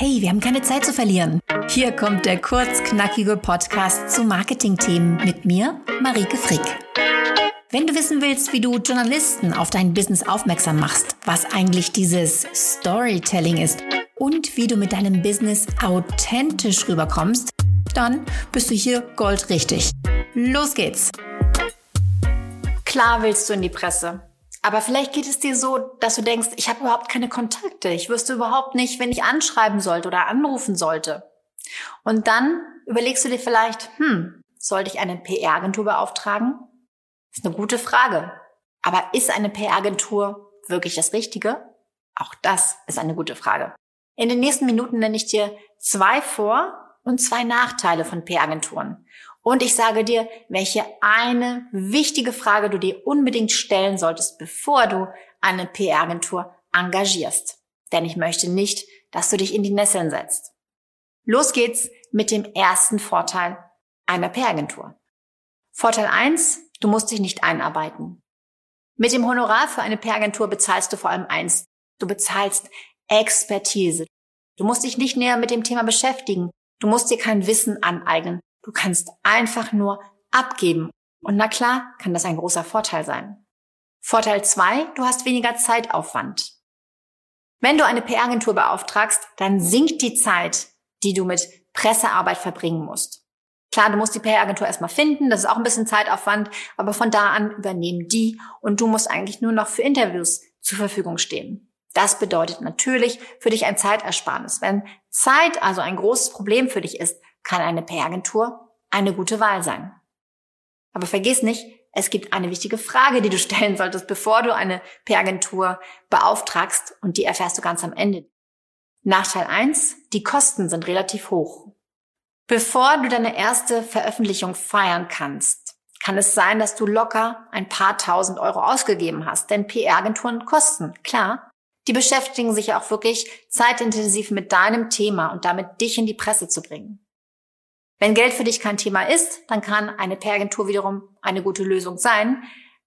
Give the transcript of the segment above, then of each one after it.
Hey, wir haben keine Zeit zu verlieren. Hier kommt der kurzknackige Podcast zu Marketingthemen mit mir, Marieke Frick. Wenn du wissen willst, wie du Journalisten auf dein Business aufmerksam machst, was eigentlich dieses Storytelling ist und wie du mit deinem Business authentisch rüberkommst, dann bist du hier goldrichtig. Los geht's! Klar willst du in die Presse. Aber vielleicht geht es dir so, dass du denkst, ich habe überhaupt keine Kontakte. Ich wüsste überhaupt nicht, wen ich anschreiben sollte oder anrufen sollte. Und dann überlegst du dir vielleicht, sollte ich eine PR-Agentur beauftragen? Das ist eine gute Frage. Aber ist eine PR-Agentur wirklich das Richtige? Auch das ist eine gute Frage. In den nächsten Minuten nenne ich dir 2 Vor- und 2 Nachteile von PR-Agenturen. Und ich sage dir, welche eine wichtige Frage du dir unbedingt stellen solltest, bevor du eine PR-Agentur engagierst. Denn ich möchte nicht, dass du dich in die Nesseln setzt. Los geht's mit dem ersten Vorteil einer PR-Agentur. Vorteil 1, du musst dich nicht einarbeiten. Mit dem Honorar für eine PR-Agentur bezahlst du vor allem eins. Du bezahlst Expertise. Du musst dich nicht näher mit dem Thema beschäftigen. Du musst dir kein Wissen aneignen. Du kannst einfach nur abgeben. Und na klar, kann das ein großer Vorteil sein. Vorteil 2, du hast weniger Zeitaufwand. Wenn du eine PR-Agentur beauftragst, dann sinkt die Zeit, die du mit Pressearbeit verbringen musst. Klar, du musst die PR-Agentur erstmal finden, das ist auch ein bisschen Zeitaufwand, aber von da an übernehmen die und du musst eigentlich nur noch für Interviews zur Verfügung stehen. Das bedeutet natürlich für dich ein Zeitersparnis. Wenn Zeit also ein großes Problem für dich ist, kann eine PR-Agentur eine gute Wahl sein. Aber vergiss nicht, es gibt eine wichtige Frage, die du stellen solltest, bevor du eine PR-Agentur beauftragst, und die erfährst du ganz am Ende. Nachteil 1, die Kosten sind relativ hoch. Bevor du deine erste Veröffentlichung feiern kannst, kann es sein, dass du locker ein paar tausend Euro ausgegeben hast, denn PR-Agenturen kosten, klar. Die beschäftigen sich ja auch wirklich zeitintensiv mit deinem Thema und damit dich in die Presse zu bringen. Wenn Geld für dich kein Thema ist, dann kann eine PR-Agentur wiederum eine gute Lösung sein.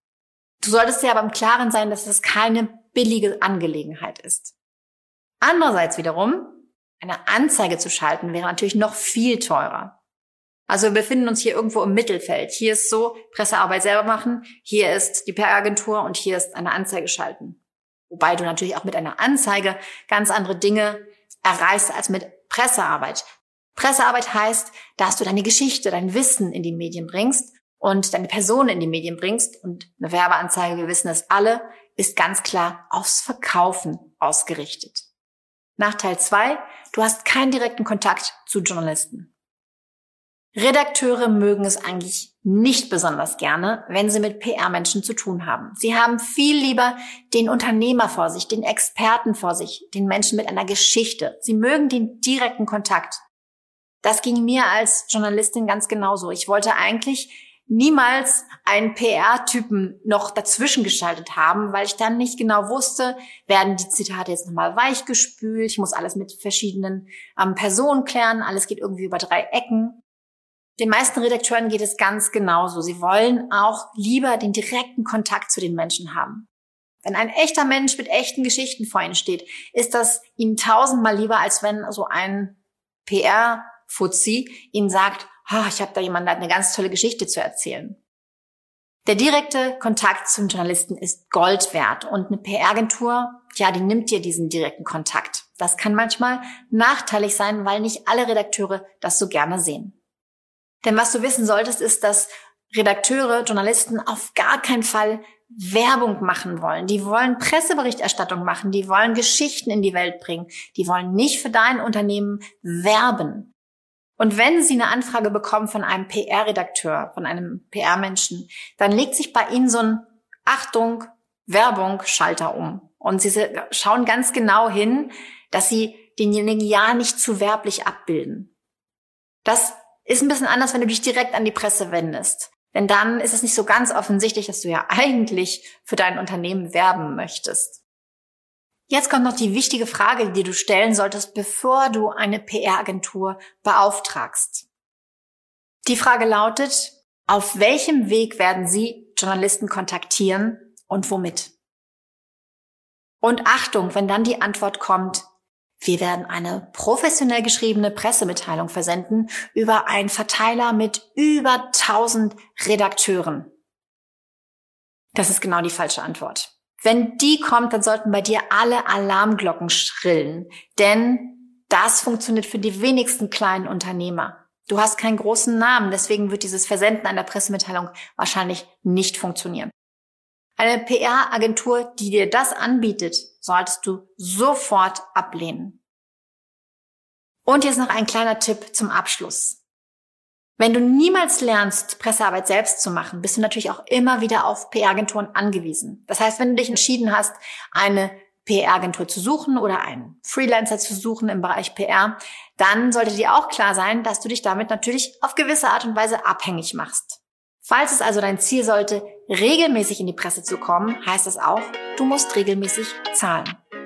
Du solltest dir aber im Klaren sein, dass es keine billige Angelegenheit ist. Andererseits wiederum, eine Anzeige zu schalten wäre natürlich noch viel teurer. Also wir befinden uns hier irgendwo im Mittelfeld. Hier ist so, Pressearbeit selber machen, hier ist die PR-Agentur und hier ist eine Anzeige schalten. Wobei du natürlich auch mit einer Anzeige ganz andere Dinge erreichst als mit Pressearbeit. Pressearbeit heißt, dass du deine Geschichte, dein Wissen in die Medien bringst und deine Person in die Medien bringst. Und eine Werbeanzeige, wir wissen es alle, ist ganz klar aufs Verkaufen ausgerichtet. Nachteil 2, du hast keinen direkten Kontakt zu Journalisten. Redakteure mögen es eigentlich nicht besonders gerne, wenn sie mit PR-Menschen zu tun haben. Sie haben viel lieber den Unternehmer vor sich, den Experten vor sich, den Menschen mit einer Geschichte. Sie mögen den direkten Kontakt. Das ging mir als Journalistin ganz genauso. Ich wollte eigentlich niemals einen PR-Typen noch dazwischen geschaltet haben, weil ich dann nicht genau wusste, werden die Zitate jetzt nochmal weichgespült, ich muss alles mit verschiedenen Personen klären, alles geht irgendwie über 3 Ecken. Den meisten Redakteuren geht es ganz genauso. Sie wollen auch lieber den direkten Kontakt zu den Menschen haben. Wenn ein echter Mensch mit echten Geschichten vor ihnen steht, ist das ihnen 1000-mal lieber, als wenn so ein PR-Fuzzi ihnen sagt, ich habe da jemanden, der hat eine ganz tolle Geschichte zu erzählen. Der direkte Kontakt zum Journalisten ist Gold wert und eine PR-Agentur, die nimmt dir diesen direkten Kontakt. Das kann manchmal nachteilig sein, weil nicht alle Redakteure das so gerne sehen. Denn was du wissen solltest, ist, dass Redakteure, Journalisten auf gar keinen Fall Werbung machen wollen. Die wollen Presseberichterstattung machen, die wollen Geschichten in die Welt bringen, die wollen nicht für dein Unternehmen werben. Und wenn sie eine Anfrage bekommen von einem PR-Redakteur, von einem PR-Menschen, dann legt sich bei ihnen so ein Achtung, Werbung-Schalter um. Und sie schauen ganz genau hin, dass sie denjenigen ja nicht zu werblich abbilden. Das ist ein bisschen anders, wenn du dich direkt an die Presse wendest. Denn dann ist es nicht so ganz offensichtlich, dass du ja eigentlich für dein Unternehmen werben möchtest. Jetzt kommt noch die wichtige Frage, die du stellen solltest, bevor du eine PR-Agentur beauftragst. Die Frage lautet, auf welchem Weg werden Sie Journalisten kontaktieren und womit? Und Achtung, wenn dann die Antwort kommt, Wir werden eine professionell geschriebene Pressemitteilung versenden über einen Verteiler mit über 1000 Redakteuren. Das ist genau die falsche Antwort. Wenn die kommt, dann sollten bei dir alle Alarmglocken schrillen, denn das funktioniert für die wenigsten kleinen Unternehmer. Du hast keinen großen Namen, deswegen wird dieses Versenden einer Pressemitteilung wahrscheinlich nicht funktionieren. Eine PR-Agentur, die dir das anbietet, solltest du sofort ablehnen. Und jetzt noch ein kleiner Tipp zum Abschluss. Wenn du niemals lernst, Pressearbeit selbst zu machen, bist du natürlich auch immer wieder auf PR-Agenturen angewiesen. Das heißt, wenn du dich entschieden hast, eine PR-Agentur zu suchen oder einen Freelancer zu suchen im Bereich PR, dann sollte dir auch klar sein, dass du dich damit natürlich auf gewisse Art und Weise abhängig machst. Falls es also dein Ziel sollte, regelmäßig in die Presse zu kommen, heißt das auch, du musst regelmäßig zahlen.